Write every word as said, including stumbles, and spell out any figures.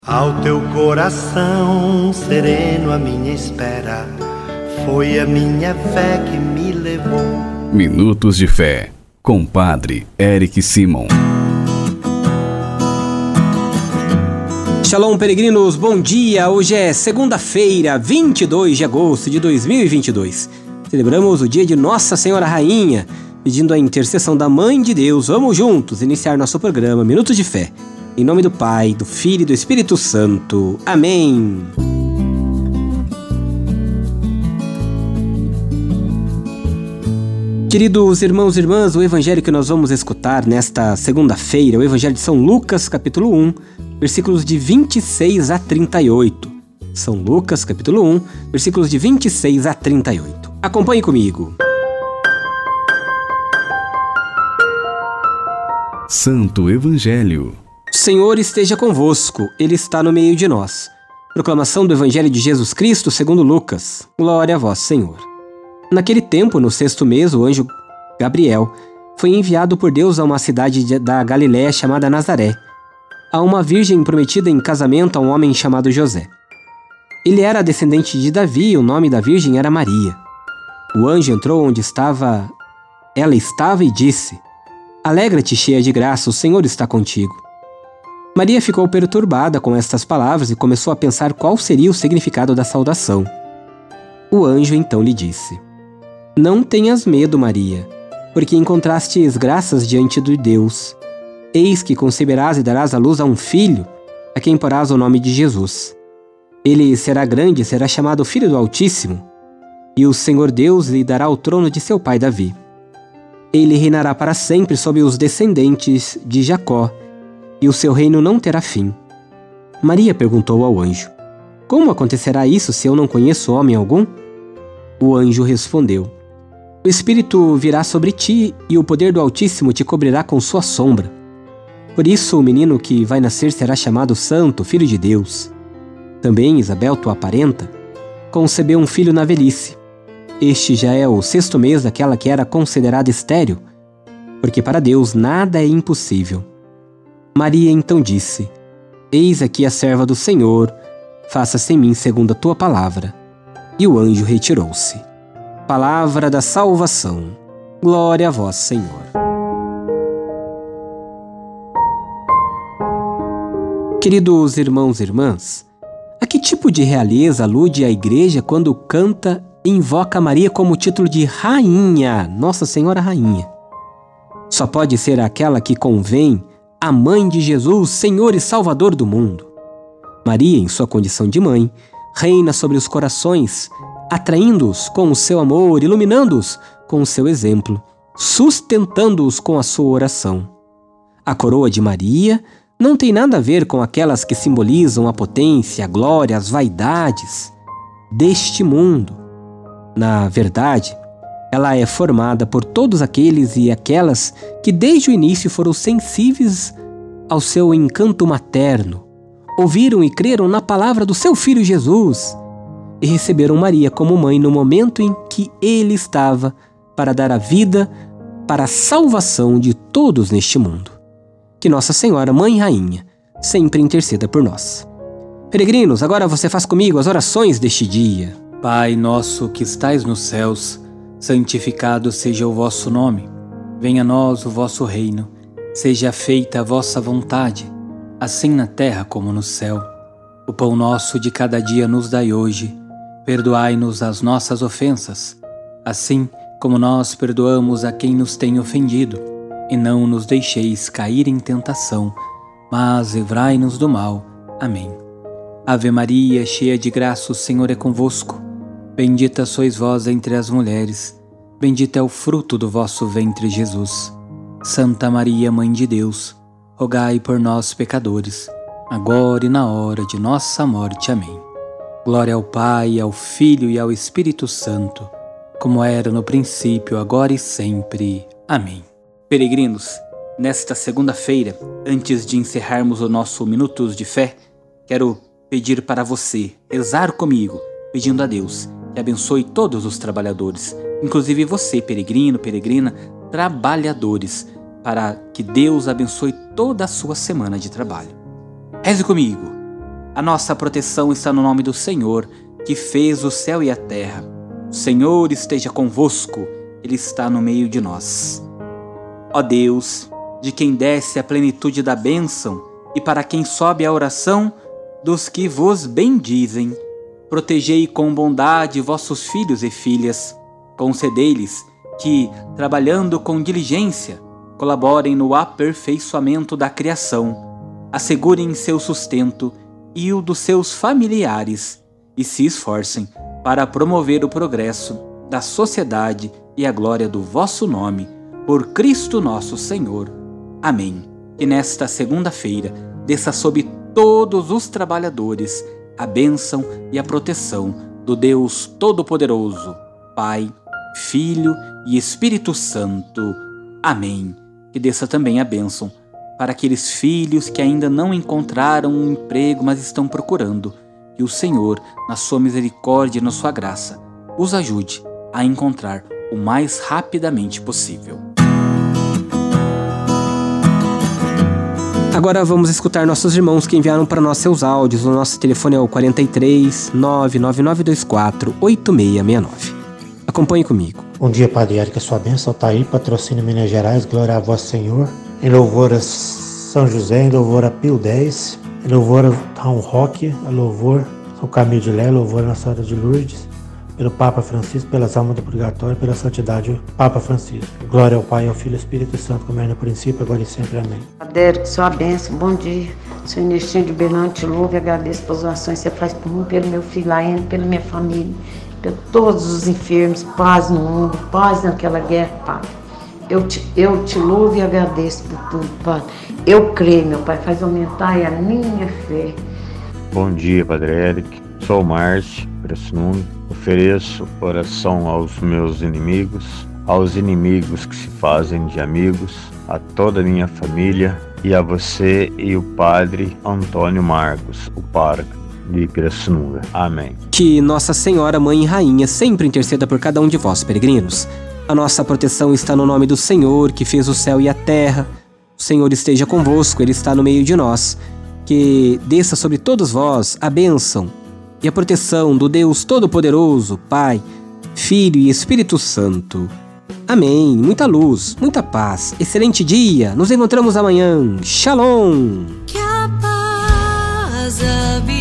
Ao teu coração sereno a minha espera, foi a minha fé que me levou. Minutos de Fé, com Padre Eric Simon. Shalom, peregrinos, bom dia! Hoje é segunda-feira, vinte e dois de agosto de dois mil e vinte e dois. Celebramos o dia de Nossa Senhora Rainha, pedindo a intercessão da Mãe de Deus. Vamos juntos iniciar nosso programa Minutos de Fé. Em nome do Pai, do Filho e do Espírito Santo. Amém. Queridos irmãos e irmãs, o evangelho que nós vamos escutar nesta segunda-feira é o evangelho de São Lucas, capítulo um, versículos de vinte e seis a trinta e oito. São Lucas, capítulo um, versículos de vinte e seis a trinta e oito. Acompanhe comigo. Santo Evangelho. O Senhor esteja convosco, Ele está no meio de nós. Proclamação do Evangelho de Jesus Cristo segundo Lucas. Glória a vós, Senhor. Naquele tempo, no sexto mês, o anjo Gabriel foi enviado por Deus a uma cidade da Galiléia chamada Nazaré, a uma virgem prometida em casamento a um homem chamado José. Ele era descendente de Davi e o nome da virgem era Maria. O anjo entrou onde estava, ela estava e disse: Alegra-te, cheia de graça, o Senhor está contigo. Maria ficou perturbada com estas palavras e começou a pensar qual seria o significado da saudação. O anjo então lhe disse: Não tenhas medo, Maria, porque encontrastes graças diante de Deus. Eis que conceberás e darás à luz a um filho, a quem porás o nome de Jesus. Ele será grande e será chamado Filho do Altíssimo, e o Senhor Deus lhe dará o trono de seu pai Davi. Ele reinará para sempre sobre os descendentes de Jacó, e o seu reino não terá fim. Maria perguntou ao anjo: Como acontecerá isso se eu não conheço homem algum? O anjo respondeu: O Espírito virá sobre ti e o poder do Altíssimo te cobrirá com sua sombra. Por isso o menino que vai nascer será chamado Santo, Filho de Deus. Também Isabel, tua parenta, concebeu um filho na velhice. Este já é o sexto mês daquela que era considerada estéril, porque para Deus nada é impossível. Maria então disse: Eis aqui a serva do Senhor, faça-se em mim segundo a tua palavra. E o anjo retirou-se. Palavra da salvação. Glória a vós, Senhor. Queridos irmãos e irmãs, a que tipo de realeza alude a Igreja quando canta e invoca Maria como título de Rainha, Nossa Senhora Rainha? Só pode ser aquela que convém a Mãe de Jesus, Senhor e Salvador do mundo. Maria, em sua condição de mãe, reina sobre os corações, atraindo-os com o seu amor, iluminando-os com o seu exemplo, sustentando-os com a sua oração. A coroa de Maria não tem nada a ver com aquelas que simbolizam a potência, a glória, as vaidades deste mundo. Na verdade, ela é formada por todos aqueles e aquelas que desde o início foram sensíveis ao seu encanto materno, ouviram e creram na palavra do seu Filho Jesus e receberam Maria como mãe no momento em que ele estava para dar a vida para a salvação de todos neste mundo. Que Nossa Senhora, Mãe e Rainha, sempre interceda por nós. Peregrinos, agora você faz comigo as orações deste dia. Pai nosso que estais nos céus, santificado seja o vosso nome. Venha a nós o vosso reino. Seja feita a vossa vontade, assim na terra como no céu. O pão nosso de cada dia nos dai hoje. Perdoai-nos as nossas ofensas, assim como nós perdoamos a quem nos tem ofendido. E não nos deixeis cair em tentação, mas livrai-nos do mal. Amém. Ave Maria, cheia de graça, o Senhor é convosco. Bendita sois vós entre as mulheres, bendito é o fruto do vosso ventre, Jesus. Santa Maria, Mãe de Deus, rogai por nós, pecadores, agora e na hora de nossa morte. Amém. Glória ao Pai, ao Filho e ao Espírito Santo, como era no princípio, agora e sempre. Amém. Peregrinos, nesta segunda-feira, antes de encerrarmos o nosso Minutos de Fé, quero pedir para você rezar comigo, pedindo a Deus que abençoe todos os trabalhadores, inclusive você, peregrino, peregrina, trabalhadores, para que Deus abençoe toda a sua semana de trabalho. Reze comigo. A nossa proteção está no nome do Senhor, que fez o céu e a terra. O Senhor esteja convosco, Ele está no meio de nós. Ó Deus, de quem desce a plenitude da bênção e para quem sobe a oração dos que vos bendizem, protegei com bondade vossos filhos e filhas. Concedei-lhes que, trabalhando com diligência, colaborem no aperfeiçoamento da criação, assegurem seu sustento e o dos seus familiares e se esforcem para promover o progresso da sociedade e a glória do vosso nome, por Cristo nosso Senhor. Amém. Que nesta segunda-feira desça sobre todos os trabalhadores a bênção e a proteção do Deus Todo-Poderoso, Pai, Filho e Espírito Santo. Amém. Que desça também a bênção para aqueles filhos que ainda não encontraram um emprego, mas estão procurando. Que o Senhor, na sua misericórdia e na sua graça, os ajude a encontrar o mais rapidamente possível. Agora vamos escutar nossos irmãos que enviaram para nós seus áudios. O nosso telefone é o quarenta e três, nove nove nove dois quatro, oito seis seis nove. Acompanhe comigo. Bom dia, Padre Eric, a sua bênção está aí, patrocínio Minas Gerais, glória a Vosso Senhor. Em louvor a São José, em louvor a Pio X, em louvor a Town Rock, em louvor a São Camilo de Lé, em louvor a Nossa Senhora de Lourdes, pelo Papa Francisco, pelas almas do purgatório, pela santidade do Papa Francisco. Glória ao Pai, ao Filho e ao Espírito Santo, como é no princípio, agora e sempre. Amém. Padre Eric, sua bênção, bom dia. Sou Inestinho de Berlândia, te louvo e agradeço pelas ações que você faz por mim, pelo meu filho Laene, pela minha família, por todos os enfermos, paz no mundo, paz naquela guerra, Pai. Eu te, eu te louvo e agradeço por tudo, Pai. Eu creio, meu Pai, faz aumentar a minha fé. Bom dia, Padre Eric. Sou o Márcio Pirassununga. Ofereço oração aos meus inimigos, aos inimigos que se fazem de amigos, a toda a minha família e a você e o Padre Antônio Marcos, o pároco de Pirassununga. Amém. Que Nossa Senhora, Mãe e Rainha, sempre interceda por cada um de vós, peregrinos. A nossa proteção está no nome do Senhor, que fez o céu e a terra. O Senhor esteja convosco, Ele está no meio de nós. Que desça sobre todos vós a bênção e a proteção do Deus Todo-Poderoso, Pai, Filho e Espírito Santo. Amém. Muita luz, muita paz. Excelente dia. Nos encontramos amanhã. Shalom. Que a paz habite